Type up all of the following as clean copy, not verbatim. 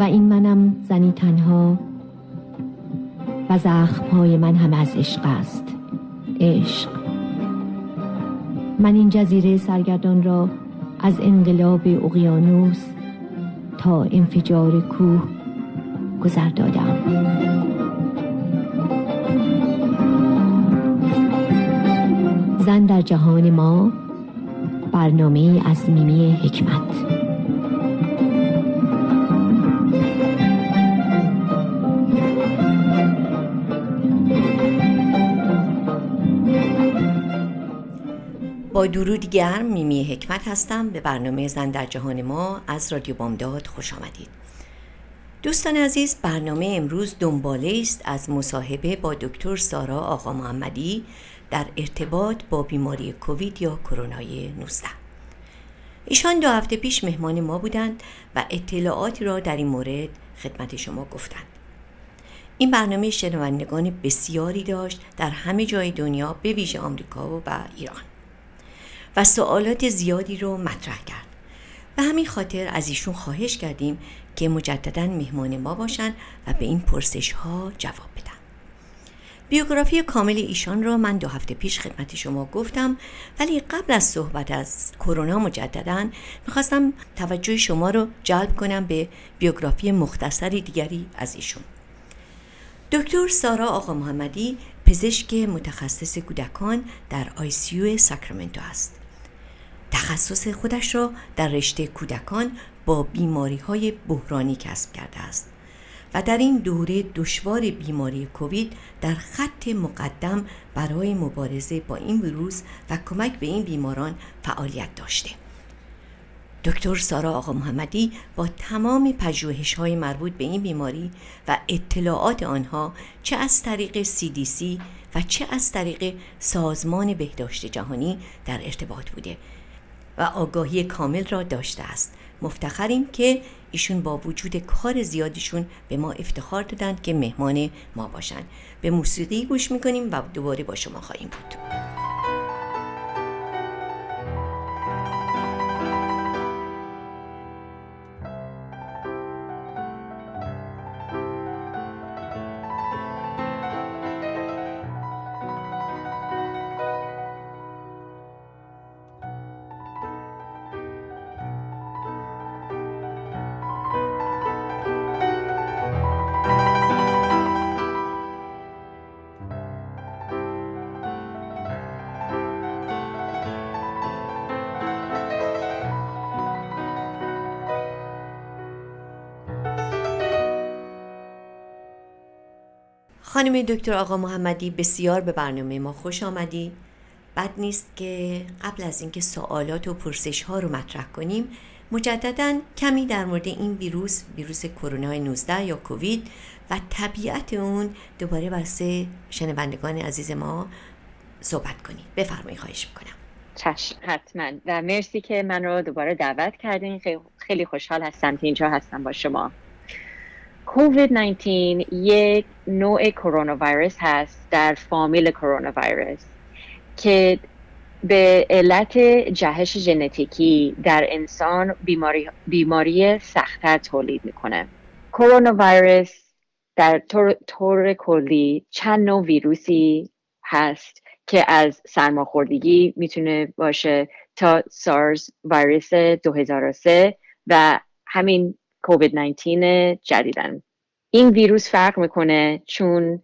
و این منم زنی تنها و زخم‌های من هم از عشق است. عشق. من این جزیره سرگردان را از انقلاب اقیانوس تا انفجار کوه گذر دادم. زن در جهان ما، برنامه از میمی حکمت. با درود گرم، میمی حکمت هستم. به برنامه زن در جهان ما از رادیو بامداد خوش آمدید. دوستان عزیز، برنامه امروز دنباله است از مصاحبه با دکتر سارا آقا محمدی در ارتباط با بیماری کووید یا کرونای 19. ایشان 2 هفته پیش مهمان ما بودند و اطلاعاتی را در این مورد خدمت شما گفتند. این برنامه شنوندگان بسیاری داشت در همه جای دنیا، به ویژه آمریکا و ایران، و سوالات زیادی رو مطرح کرد. به همین خاطر از ایشون خواهش کردیم که مجدداً مهمان ما باشن و به این پرسش ها جواب بدن. بیوگرافی کامل ایشان را من 2 هفته پیش خدمت شما گفتم، ولی قبل از صحبت از کرونا مجدداً میخواستم توجه شما رو جلب کنم به بیوگرافی مختصری دیگری از ایشون. دکتر سارا آقا محمدی پزشک متخصص کودکان در ICU ساکرامنتو است. تخصص خودش را در رشته کودکان با بیماری‌های بحرانی کسب کرده است و در این دوره دشوار بیماری کووید در خط مقدم برای مبارزه با این ویروس و کمک به این بیماران فعالیت داشته. دکتر سارا آقا محمدی با تمام پژوهش‌های مربوط به این بیماری و اطلاعات آنها، چه از طریق CDC و چه از طریق سازمان بهداشت جهانی، در ارتباط بوده و آگاهی کامل را داشته است. مفتخریم که ایشون با وجود کار زیادشون به ما افتخار دادند که مهمان ما باشند. به موسیقی گوش میکنیم و دوباره با شما خواهیم بود. خانم دکتر آقا محمدی، بسیار به برنامه ما خوش آمدی. بد نیست که قبل از اینکه سوالات و پرسش ها رو مطرح کنیم، مجدداً کمی در مورد این ویروس کرونا 19 یا کووید و طبیعت اون دوباره واسه شنوندگان عزیز ما صحبت کنید. بفرمایید، خواهش میکنم. چشم، حتما. و مرسی که من رو دوباره دعوت کردین. خیلی خوشحال هستم که اینجا هستم با شما. کووید 19 یک نوع کرونا ویروس هست در فامیل کرونا ویروس که به علت جهش ژنتیکی در انسان بیماری سخت‌تر تولید میکنه. کرونا ویروس در طور کلی چند نوع ویروسی هست که از سرماخوردگی میتونه باشه تا سارس ویروس 2003 و همین کووید 19 جدیدن. این ویروس فرق میکنه چون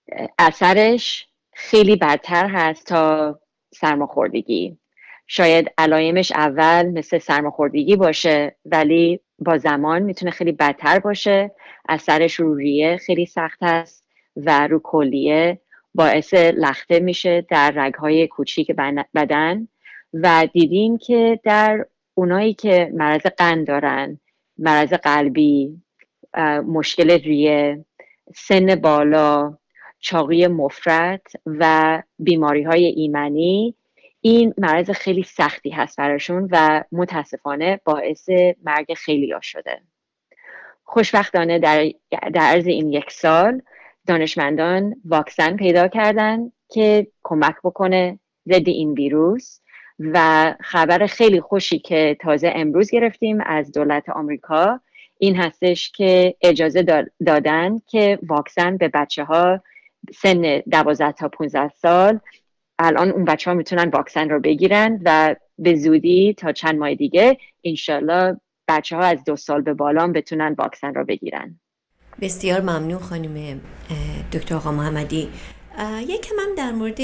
اثرش خیلی بدتر هست تا سرماخوردگی. شاید علائمش اول مثل سرماخوردگی باشه، ولی با زمان میتونه خیلی بدتر باشه. اثرش رو ریه خیلی سخت است و رو کلیه باعث لخته میشه در رگهای کوچیک بدن و دیدیم که در اونایی که مرض قند دارن، مرض قلبی، مشکل ریه، سن بالا، چاقی مفرط و بیماری‌های ایمنی، این مرض خیلی سختی هست براشون و متاسفانه باعث مرگ خیلی‌ها شده. خوشبختانه در عرض این 1 سال دانشمندان واکسن پیدا کردن که کمک بکنه ضد این ویروس و خبر خیلی خوشی که تازه امروز گرفتیم از دولت آمریکا این هستش که اجازه دادن که واکسن به بچه ها سن 12 تا 15 سال، الان اون بچه ها میتونن واکسن رو بگیرن و به زودی تا چند ماه دیگه انشالله بچه ها از 2 سال به بالا بتونن واکسن رو بگیرن. بسیار ممنون خانم دکتر آقا محمدی. یکم هم در مورد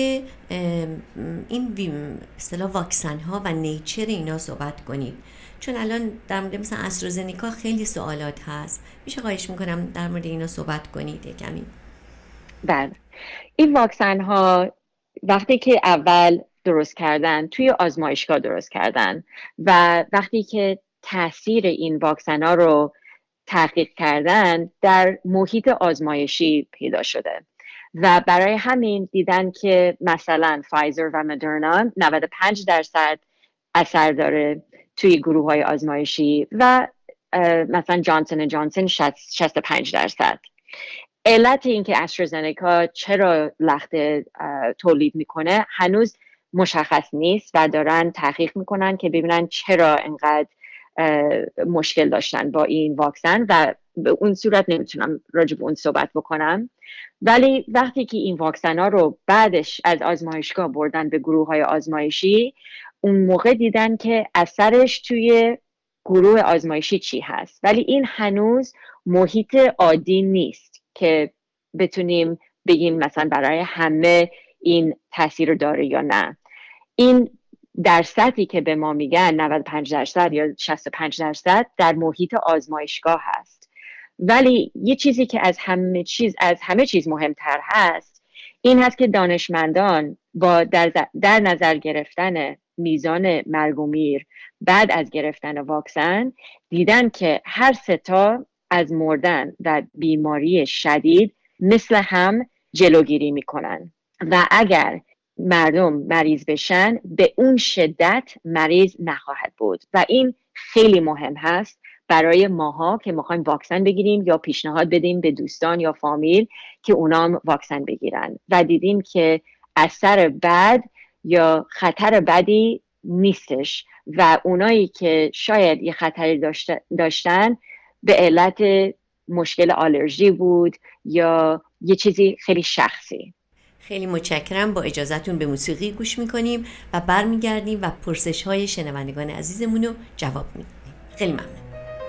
این اصطلاح واکسن ها و نیچر اینا صحبت کنید، چون الان در مورد مثلا استرازنیکا خیلی سوالات هست. میشه خواهش میکنم در مورد اینا صحبت کنید یکمی؟ بله، این واکسن ها وقتی که اول درست کردن توی آزمایشگاه درست کردن و وقتی که تاثیر این واکسن ها رو تحقیق کردن در محیط آزمایشی پیدا شده و برای همین دیدن که مثلا فایزر و مدرنا 95% اثر داره توی گروه های آزمایشی و مثلا جانسون جانسون 65%. علت این که استرازنیکا چرا لخته تولید میکنه هنوز مشخص نیست و دارن تحقیق میکنن که ببینن چرا انقدر مشکل داشتن با این واکسن و به اون صورت نمیتونم راجع به اون صحبت بکنم. ولی وقتی که این واکسن ها رو بعدش از آزمایشگاه بردن به گروه های آزمایشی، اون موقع دیدن که اثرش توی گروه آزمایشی چی هست، ولی این هنوز محیط عادی نیست که بتونیم بگیم مثلا برای همه این تاثیر داره یا نه. این درصدی که به ما میگن 95% یا 65% در محیط آزمایشگاه هست. ولی یه چیزی که از همه چیز مهمتر هست این هست که دانشمندان با در نظر گرفتن میزان مرگ و میر بعد از گرفتن واکسن دیدن که هر 3 از مردن و بیماری شدید مثل هم جلوگیری میکنن و اگر مردم مریض بشن به اون شدت مریض نخواهد بود و این خیلی مهم هست برای ماها که میخوایم واکسن بگیریم یا پیشنهاد بدیم به دوستان یا فامیل که اونام واکسن بگیرن و دیدیم که اثر بد یا خطر بدی نیستش و اونایی که شاید یه خطری داشتن به علت مشکل آلرژی بود یا یه چیزی خیلی شخصی. خیلی متشکرم. با اجازهتون به موسیقی گوش میکنیم و برمیگردیم و پرسش های شنوندگان عزیزمون رو جواب میدیم. خیلی ممنون.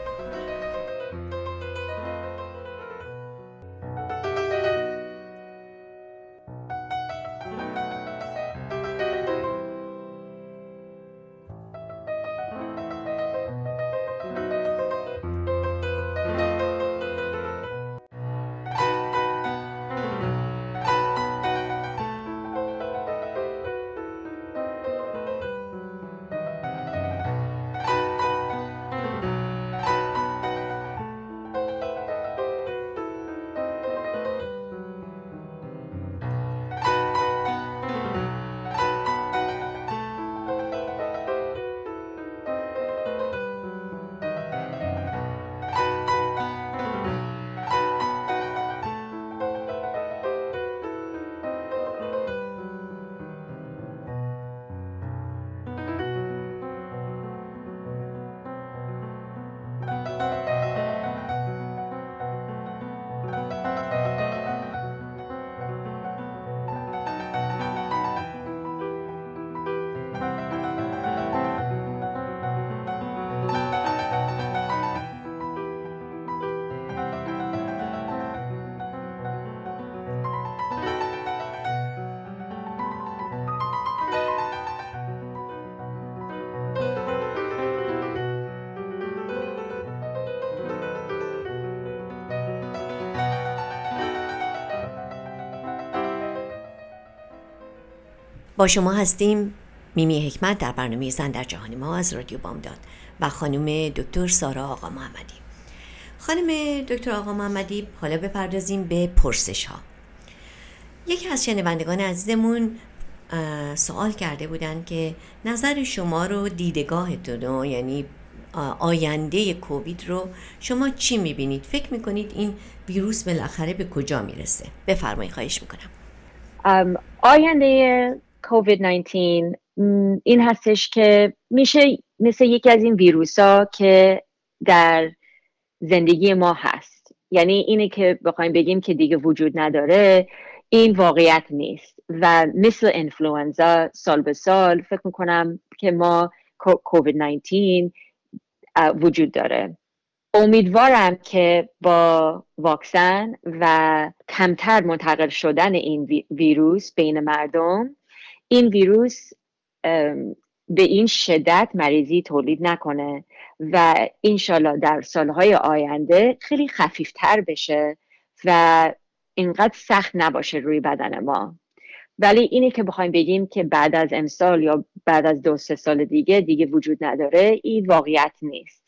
با شما هستیم میمی حکمت در برنامه زن در جهان ما از رادیو بامداد و خانم دکتر سارا آقا محمدی. خانم دکتر آقا محمدی، حالا بپردازیم به پرسش ها. یکی از شنوندگان عزیزمون سوال کرده بودن که نظر شما رو، دیدگاهتون، یعنی آینده کووید رو شما چی میبینید؟ فکر میکنید این ویروس بالاخره به کجا میرسه؟ بفرمایید، خواهش میکنم. آینده کووید 19 این هستش که میشه مثل یکی از این ویروس ها که در زندگی ما هست. یعنی اینه که بخوایم بگیم که دیگه وجود نداره، این واقعیت نیست. و مثل انفلوئنزا سال به سال فکر میکنم که ما کووید 19 وجود داره. امیدوارم که با واکسن و کمتر منتقل شدن این ویروس بین مردم، این ویروس به این شدت مریضی تولید نکنه و انشالله در سالهای آینده خیلی خفیفتر بشه و اینقدر سخت نباشه روی بدن ما. ولی اینی که بخوایم بگیم که بعد از امسال یا بعد از 2-3 سال دیگه وجود نداره، این واقعیت نیست.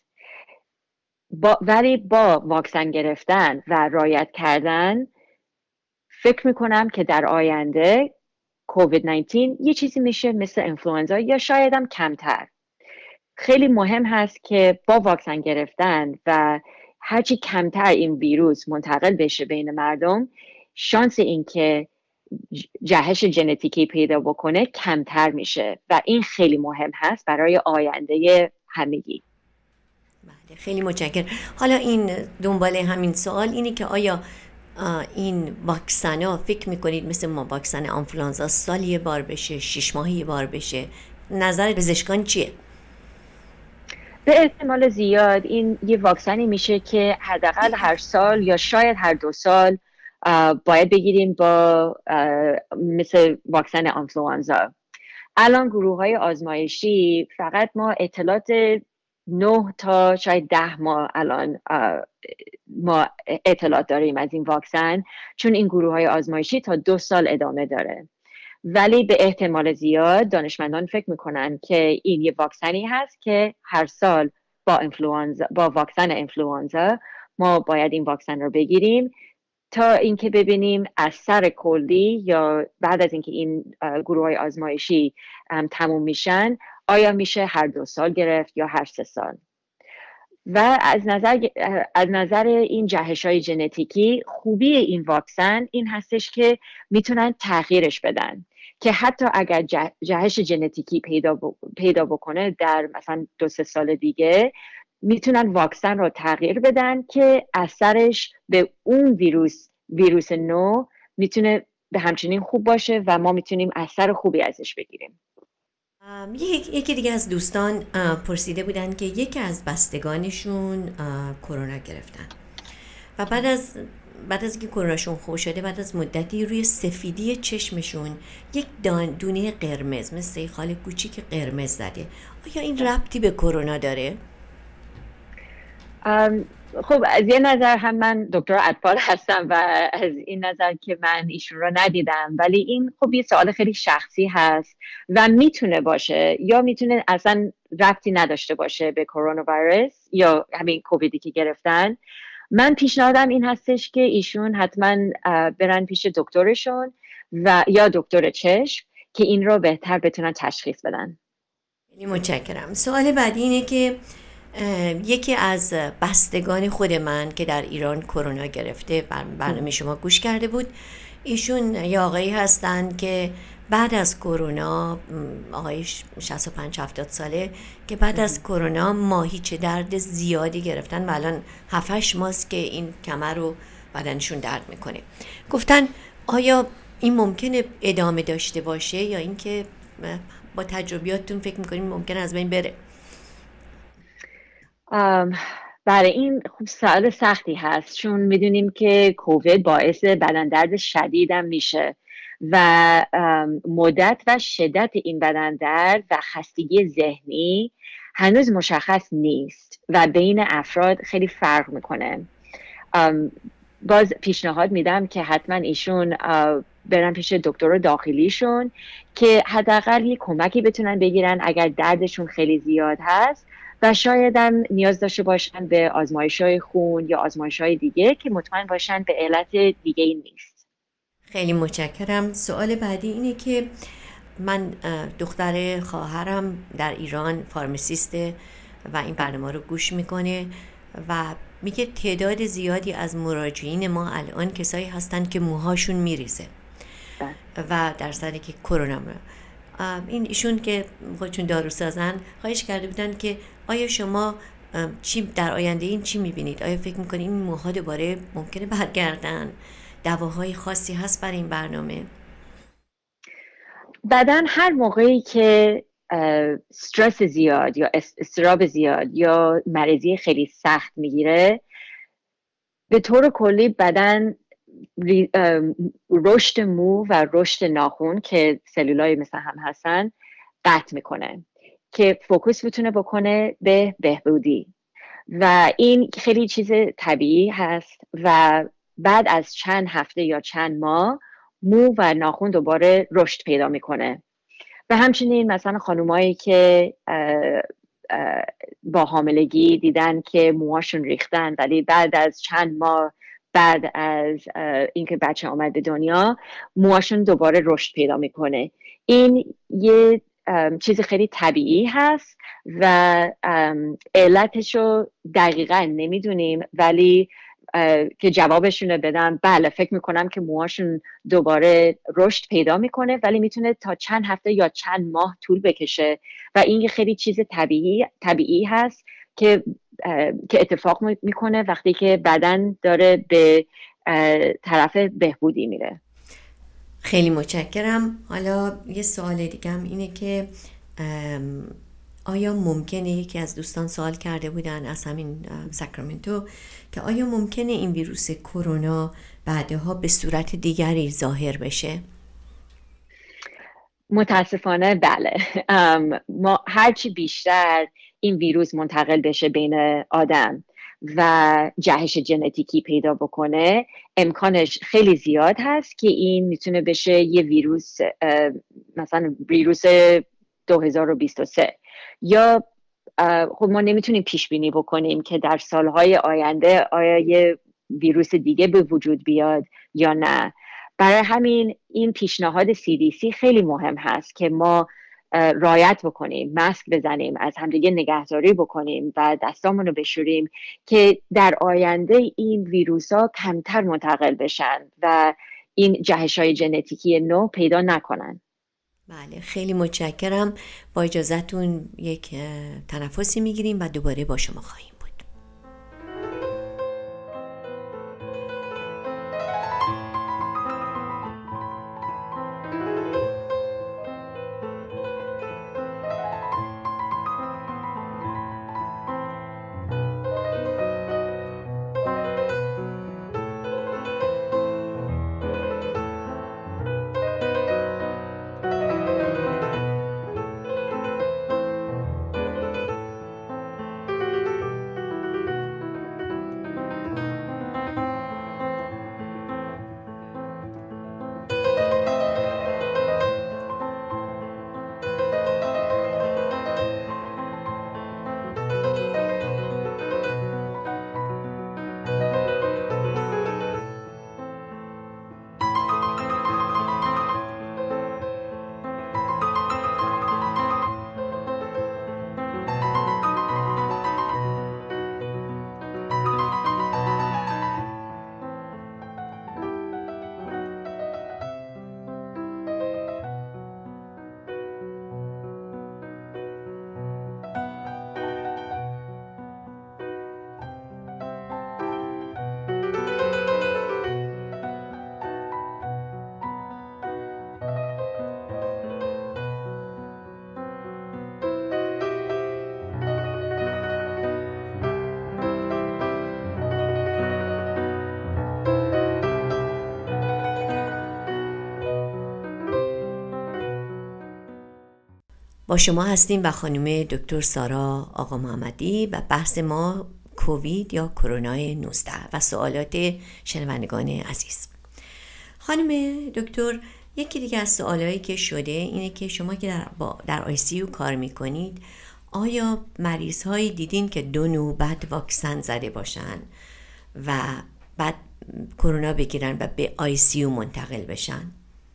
ولی با واکسن گرفتن و رعایت کردن فکر میکنم که در آینده کووید 19 یه چیزی میشه مثل انفلوئنزا یا شاید هم کمتر. خیلی مهم هست که با واکسن گرفتن و هرچی کمتر این ویروس منتقل بشه بین مردم، شانس این که جهش ژنتیکی پیدا بکنه کمتر میشه و این خیلی مهم هست برای آینده همگی. بله، خیلی متشکرم. حالا این دنباله همین سوال اینه که آیا این واکسن ها فکر میکنید مثل ما واکسن آنفولانزا سال یه بار بشه، 6 ماهی یه بار بشه؟ نظر پزشکان چیه؟ به احتمال زیاد این یه واکسنی میشه که حداقل هر سال یا شاید هر 2 سال باید بگیریم، با مثل واکسن آنفلوانزا. الان گروه های آزمایشی فقط ما اطلاعات 9 تا شاید 10 ماه الان ما اطلاعات داریم از این واکسن، چون این گروه های آزمایشی تا 2 سال ادامه داره. ولی به احتمال زیاد دانشمندان فکر میکنن که این یه واکسنی هست که هر سال با واکسن انفلوئنزا ما باید این واکسن رو بگیریم تا اینکه ببینیم اثر کلی یا بعد از اینکه این گروه های آزمایشی تموم میشن آیا میشه هر 2 سال گرفت یا هر 3 سال. و از نظر این جهش های ژنتیکی، خوبی این واکسن این هستش که میتونن تغییرش بدن، که حتی اگر جهش ژنتیکی پیدا بکنه در مثلا 2-3 سال دیگه، میتونن واکسن رو تغییر بدن که اثرش به اون ویروس نو میتونه به همچنین خوب باشه و ما میتونیم اثر خوبی ازش بگیریم. یکی دیگه از دوستان پرسیده بودن که یکی از بستگانشون کرونا گرفتن و بعد از اینکه کروناشون خوب شده، بعد از مدتی روی سفیدی چشمشون یک دونه قرمز مثل خال کوچیک قرمز زده. آیا این ربطی به کرونا داره؟ خب از یه نظر هم من دکتر اطفال هستم و از این نظر که من ایشون رو ندیدم، ولی این خب یه سوال خیلی شخصی هست و میتونه باشه یا میتونه اصلا ربطی نداشته باشه به کرونا ویروس یا همین کوویدی که گرفتن. من پیشنهادم این هستش که ایشون حتما برن پیش دکترشون و یا دکتر چشم که این رو بهتر بتونن تشخیص بدن. متشکرم. سوال بعدی اینه که یکی از بستگان خود من که در ایران کرونا گرفته برنامه شما گوش کرده بود، ایشون یه آقایی هستن که بعد از کرونا، آقای 65-70 ساله که بعد از کرونا ماهیچه درد زیادی گرفتن و الان 7-8 ماست که این کمر رو بدنشون درد میکنه. گفتن آیا این ممکنه ادامه داشته باشه یا اینکه با تجربیاتتون فکر میکنین ممکنه از بین بره؟ برای این خوب سوال سختی هست، چون میدونیم که کووید باعث بدن درد شدیدم میشه و مدت و شدت این بدن درد و خستگی ذهنی هنوز مشخص نیست و بین افراد خیلی فرق میکنه. باز پیشنهاد میدم که حتما ایشون برن پیش دکتر داخلیشون که حداقل یک کمکی بتونن بگیرن اگر دردشون خیلی زیاد هست و شاید هم نیاز داشته باشن به آزمایش‌های خون یا آزمایش‌های دیگه که مطمئن باشن به علت دیگه ای نیست. خیلی متشکرم. سوال بعدی اینه که من دختر خواهرم در ایران فارماسیسته و این برنامه رو گوش میکنه و میگه تعداد زیادی از مراجعین ما الان کسایی هستن که موهاشون میریزه و در صدی که کرونا این ایشون که خودشون داروسازن خواهش کرده بودن که آیا شما چی در آینده این چی میبینید؟ آیا فکر میکنید این موها دوباره ممکنه برگردن؟ دواهای خاصی هست برای این برنامه؟ بدن هر موقعی که استرس زیاد یا اضطراب زیاد یا مریضی خیلی سخت میگیره، به طور کلی بدن رشد مو و رشد ناخن که سلولای مثل هم هستن قطع میکنه که فوکوس بتونه بکنه به بهبودی و این خیلی چیز طبیعی هست و بعد از چند هفته یا چند ماه مو و ناخن دوباره رشد پیدا میکنه. و همچنین مثلا خانومایی که با حاملگی دیدن که موهاشون ریختن ولی بعد از چند ماه بعد از اینکه بچه آمد به دنیا موهاشون دوباره رشد پیدا میکنه. این یه چیز خیلی طبیعی هست و علتشو دقیقا نمیدونیم، ولی که جوابشون بدم بله فکر میکنم که موهاشون دوباره رشد پیدا میکنه، ولی میتونه تا چند هفته یا چند ماه طول بکشه و این خیلی چیز طبیعی هست که اتفاق میکنه وقتی که بدن داره به طرف بهبودی میره. خیلی متشکرم. حالا یه سوال دیگه هم اینه که آیا ممکنه، یکی از دوستان سوال کرده بودن از همین ساکرامنتو، که آیا ممکنه این ویروس کرونا بعدها به صورت دیگری ظاهر بشه؟ متاسفانه بله. ما هرچی بیشتر این ویروس منتقل بشه بین آدم و جهش ژنتیکی پیدا بکنه، امکانش خیلی زیاد هست که این میتونه بشه یه ویروس، مثلا ویروس 2023. یا خب ما نمیتونیم پیش بینی بکنیم که در سالهای آینده آیا یه ویروس دیگه به وجود بیاد یا نه. برای همین این پیشنهاد CDC خیلی مهم هست که ما رعایت بکنیم، ماسک بزنیم، از همدیگه نگهداری بکنیم و دستامون رو بشوریم که در آینده این ویروس ها کمتر منتقل بشن و این جهش‌های ژنتیکی نو پیدا نکنن. بله خیلی متشکرم. با اجازهتون یک تنفسی میگیریم و دوباره با شما خواهیم. با شما هستیم و خانم دکتر سارا آقا محمدی و بحث ما کووید یا کرونا 19 و سوالات شنوندگان عزیز. خانم دکتر، یکی دیگه از سوالایی که شده اینه که شما که در ICU کار میکنید، آیا مریض هایی دیدین که 2 نوبت واکسن زده باشن و بعد کرونا بگیرن و به ICU منتقل بشن؟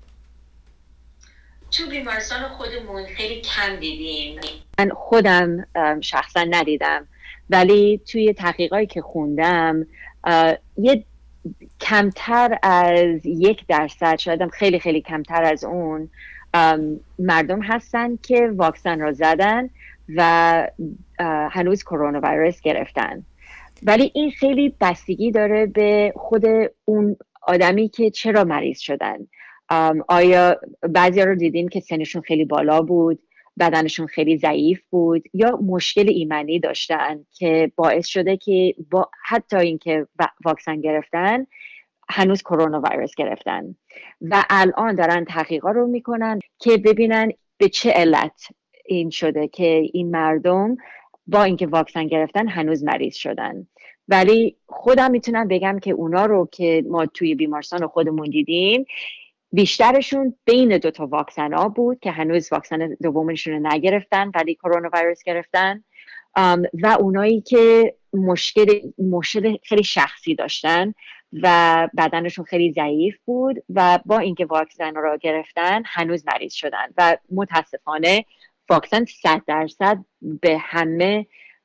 تو بیمارستان خودمون خیلی کم دیدیم. من خودم شخصا ندیدم، ولی توی تحقیقاتی که خوندم یه کمتر از 1%، شاید خیلی خیلی کمتر از اون مردم هستن که واکسن را زدن و هنوز کرونا ویروس گرفتن. ولی این خیلی بستگی داره به خود اون آدمی که چرا مریض شدن. آیا بعضی رو دیدیم که سنشون خیلی بالا بود، بدنشون خیلی ضعیف بود، یا مشکل ایمنی داشتن که باعث شده که حتی اینکه واکسن گرفتن هنوز کرونا ویروس گرفتن و الان دارن تحقیقات رو میکنن که ببینن به چه علت این شده که این مردم با اینکه واکسن گرفتن هنوز مریض شدن. ولی خودم میتونم بگم که اونا رو که ما توی بیمارستان خودمون دیدیم بیشترشون بین 2 واکسن ها بود که هنوز واکسن دومشون رو نگرفتن ولی کرونا ویروس گرفتن، و اونایی که مشکل خیلی شخصی داشتن و بدنشون خیلی ضعیف بود و با اینکه واکسن رو گرفتن هنوز مریض شدن. و متاسفانه واکسن 100% به همه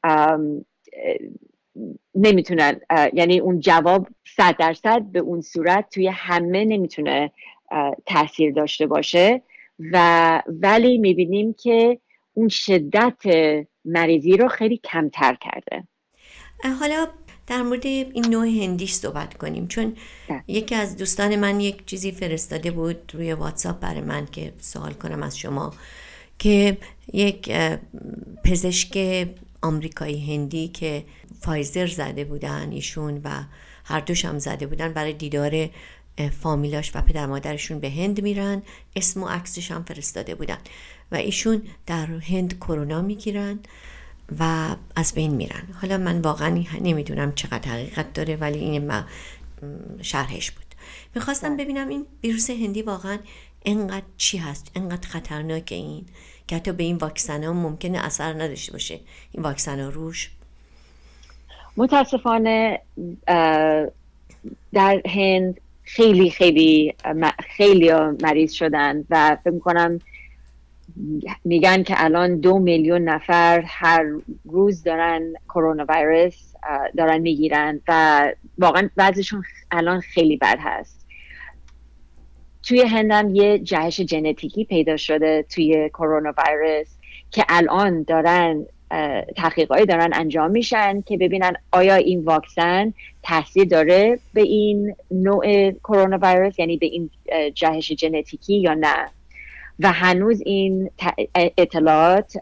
نمیتونن، یعنی اون جواب 100% به اون صورت توی همه نمیتونه تاثیر داشته باشه ولی میبینیم که اون شدت مریضی رو خیلی کمتر کرده. حالا در مورد این نوع هندیش صحبت کنیم، چون یکی از دوستان من یک چیزی فرستاده بود روی واتساپ برای من که سوال کنم از شما، که یک پزشک آمریکایی هندی که فایزر زده بودن ایشون و هر دوش هم زده بودن، برای دیدار فامیلاش و پدر مادرشون به هند میرن، اسم و عکسش هم فرستاده بودن و ایشون در هند کرونا میگیرن و از بین میرن. حالا من واقعا نمیدونم چقدر حقیقت داره ولی این شرحش بود. میخواستم ببینم این ویروس هندی واقعا انقدر چی هست، انقدر خطرناکه این که حتی به این واکسن ها ممکنه اثر نداشته باشه این واکسن ها روش. متاسفانه در هند خیلی خیلی خیلی مریض شدن و فکر میکنم میگن که الان 2 میلیون نفر هر روز دارن کرونا ویروس دارن میگیرن و واقعا بعضیشون الان خیلی بد هست. توی هندم یه جهش ژنتیکی پیدا شده توی کرونا ویروس که الان دارن تحقیقاتی دارن انجام میشن که ببینن آیا این واکسن تاثیر داره به این نوع کرونا ویروس، یعنی به این جهش ژنتیکی یا نه. و هنوز این اطلاعات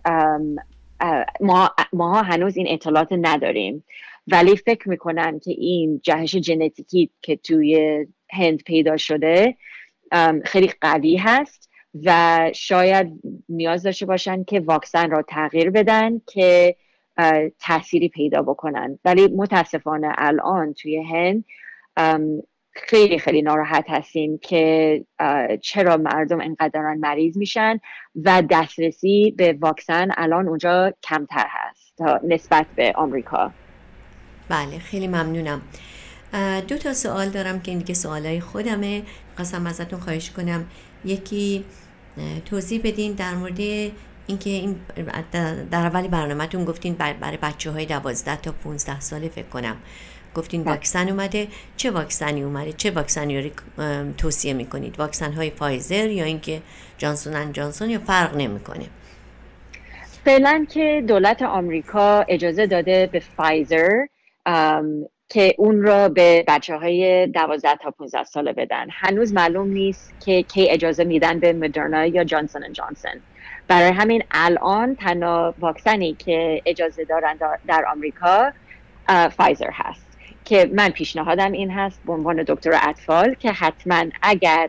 ما هنوز این اطلاعات نداریم، ولی فکر میکنم که این جهش ژنتیکی که توی هند پیدا شده خیلی قوی هست و شاید نیاز داشته باشن که واکسن را تغییر بدن که تأثیری پیدا بکنن. ولی متاسفانه الان توی هند خیلی خیلی ناراحت هستیم که چرا مردم اینقدر دارن مریض میشن و دسترسی به واکسن الان اونجا کمتر هست نسبت به آمریکا. بله خیلی ممنونم. 2 سوال دارم که این دیگه سوالای خودمه. خواستم ازتون خواهش کنم یکی توضیح بدین در مورد اینکه این در اولی برنامه‌تون گفتین برای بچه‌های 12 تا 15 ساله فکر کنم گفتین واکسن اومده. چه واکسنی اومده؟ چه واکسنی رو توصیه میکنید؟ واکسن های فایزر یا اینکه جانسون اند جانسون، یا فرق نمیکنه؟ فعلا که دولت آمریکا اجازه داده به فایزر که اون را به بچه‌های 12 تا 15 ساله بدن. هنوز معلوم نیست که کی اجازه میدن به مدرنا یا جانسون اند جانسون. برای همین الان تنها واکسنی که اجازه دارن در آمریکا فایزر هست که من پیشنهادم این هست به عنوان دکتر اطفال که حتما اگر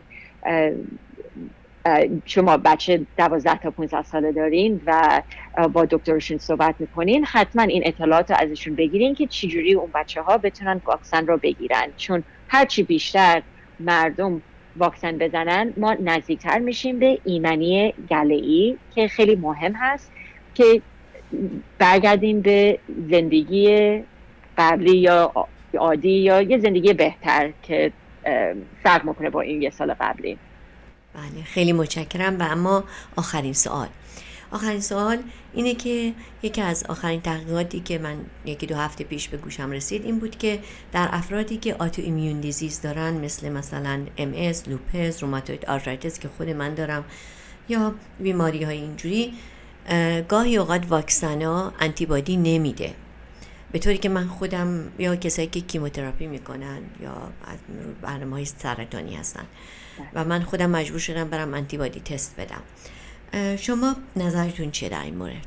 شما بچه 12 تا 15 ساله دارین و با دکترشون صحبت میکنین، حتما این اطلاعات رو ازشون بگیرین که چجوری اون بچه ها بتونن واکسن رو بگیرن، چون هرچی بیشتر مردم واکسن بزنن ما نزدیکتر میشیم به ایمنی گله‌ای که خیلی مهم هست که برگردیم به زندگی قبلی یا عادی یا یه زندگی بهتر که فرق میکنه با این 1 سال قبلی. بله خیلی متشکرم. و اما آخرین سوال اینه که یکی از آخرین تحقیقاتی که من 1-2 هفته پیش به گوشم رسید این بود که در افرادی که آتو ایمیون دیزیز دارن مثلا MS، لوپس، روماتوید آرتریتیس که خود من دارم یا بیماری های اینجوری، گاهی اوقات واکسنا انتیبادی نمیده، به طوری که من خودم یا کسایی که کیموتراپی میکنن یا برنامه‌های سرطانی هستن و من خودم مجبور شدم برم انتیبادی تست بدم. شما نظرتون چیه در این مورد؟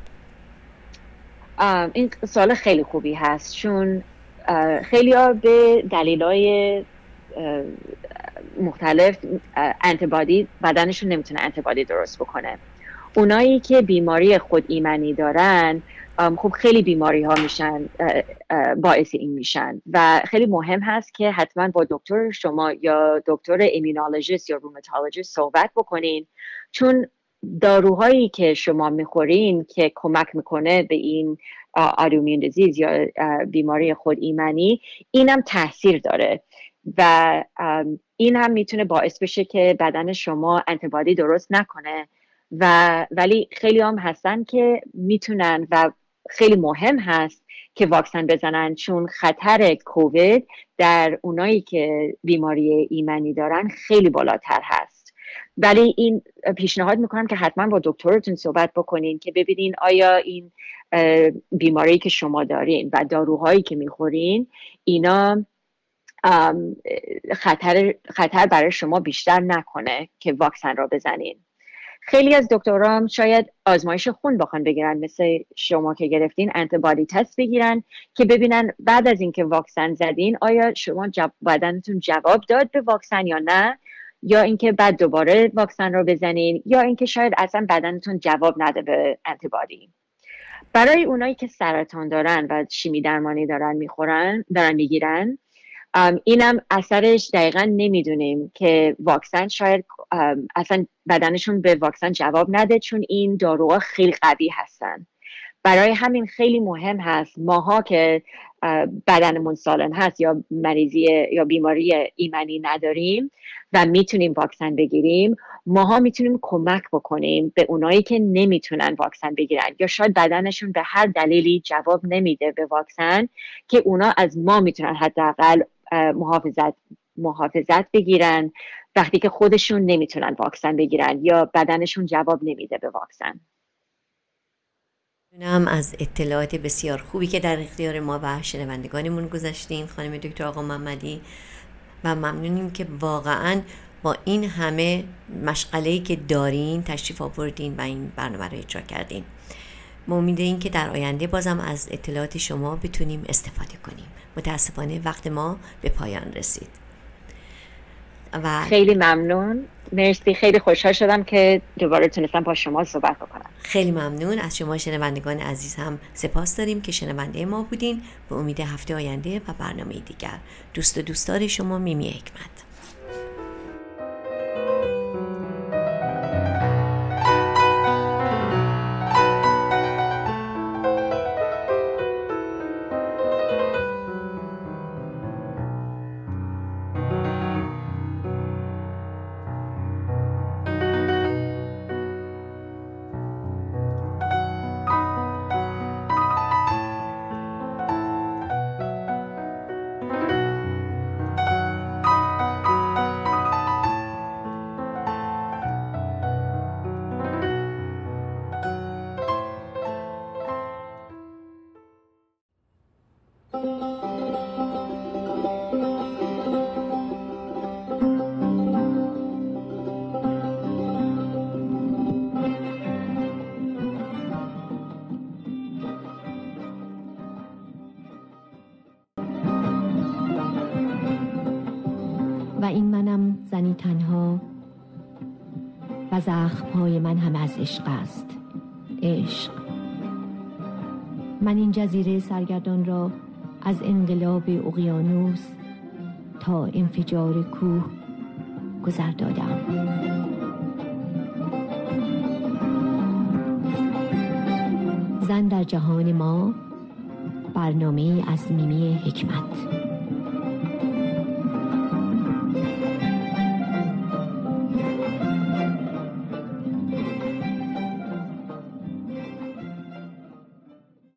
این سوال خیلی خوبی هست، چون خیلی ها به دلیلای مختلف انتیبادی بدنشون نمیتونه انتیبادی درست بکنه. اونایی که بیماری خود ایمنی دارن خب خیلی بیماری ها میشن باعث این میشن و خیلی مهم هست که حتما با دکتر شما یا دکتر ایمونولوژیست یا روماتولوژیست صحبت بکنین، چون داروهایی که شما میخورین که کمک میکنه به این autoimmune disease یا بیماری خود ایمنی، اینم تاثیر داره و این هم میتونه باعث بشه که بدن شما انتیبادی درست نکنه ولی خیلی هم هستن که میتونن و خیلی مهم هست که واکسن بزنن، چون خطر کووید در اونایی که بیماری ایمنی دارن خیلی بالاتر هست. ولی این پیشنهاد میکنم که حتما با دکترتون صحبت بکنین که ببینین آیا این بیماری که شما دارین و داروهایی که میخورین اینا خطر برای شما بیشتر نکنه که واکسن را بزنین. خیلی از دکترام شاید آزمایش خون بخوان بگیرن، مثل شما که گرفتین انتیبادی تست بگیرن که ببینن بعد از اینکه واکسن زدین آیا شما بدنتون جواب داد به واکسن یا نه، یا اینکه بعد دوباره واکسن رو بزنین، یا اینکه شاید اصلا بدنتون جواب نده به انتیبادی. برای اونایی که سرطان دارن و شیمی درمانی دارن میگیرن، اینم اثرش دقیقا نمیدونیم که واکسن شاید اصلا بدنشون به واکسن جواب نده، چون این داروها خیلی قوی هستن. برای همین خیلی مهم هست ماها که بدنمون سالم هست یا مریضی یا بیماری ایمنی نداریم و میتونیم واکسن بگیریم، ماها میتونیم کمک بکنیم به اونایی که نمیتونن واکسن بگیرن یا شاید بدنشون به هر دلیلی جواب نمیده به واکسن، که اونا از ما میتونن حداقل محافظت بگیرن وقتی که خودشون نمیتونن واکسن بگیرن یا بدنشون جواب نمیده به واکسن. ممنونم از اطلاعات بسیار خوبی که در اختیار ما و شنوندگانمون گذاشتین خانم دکتر آقا محمدی، و ممنونیم که واقعاً با این همه مشغله‌ای که دارین تشریف آوردین و این برنامه رو اجرا کردین. ما امیدواریم که در آینده بازم از اطلاعات شما بتونیم استفاده کنیم. متاسفانه وقت ما به پایان رسید. خیلی ممنون، مرسی، خیلی خوشحال شدم که دوباره تونستم با شما صحبت کنم. خیلی ممنون از شما شنوندگان عزیز هم سپاس داریم که شنونده ما بودین. به امید هفته آینده و برنامه دیگر. دوست و دوستدار شما میمی حکمت. و این منم زنی تنها و زخم‌های من هم از عشق است. عشق. من این جزیره سرگردان را از انقلاب اقیانوس تا انفجار کوه گذر دادم. زن در جهان ما، برنامه از میمی حکمت.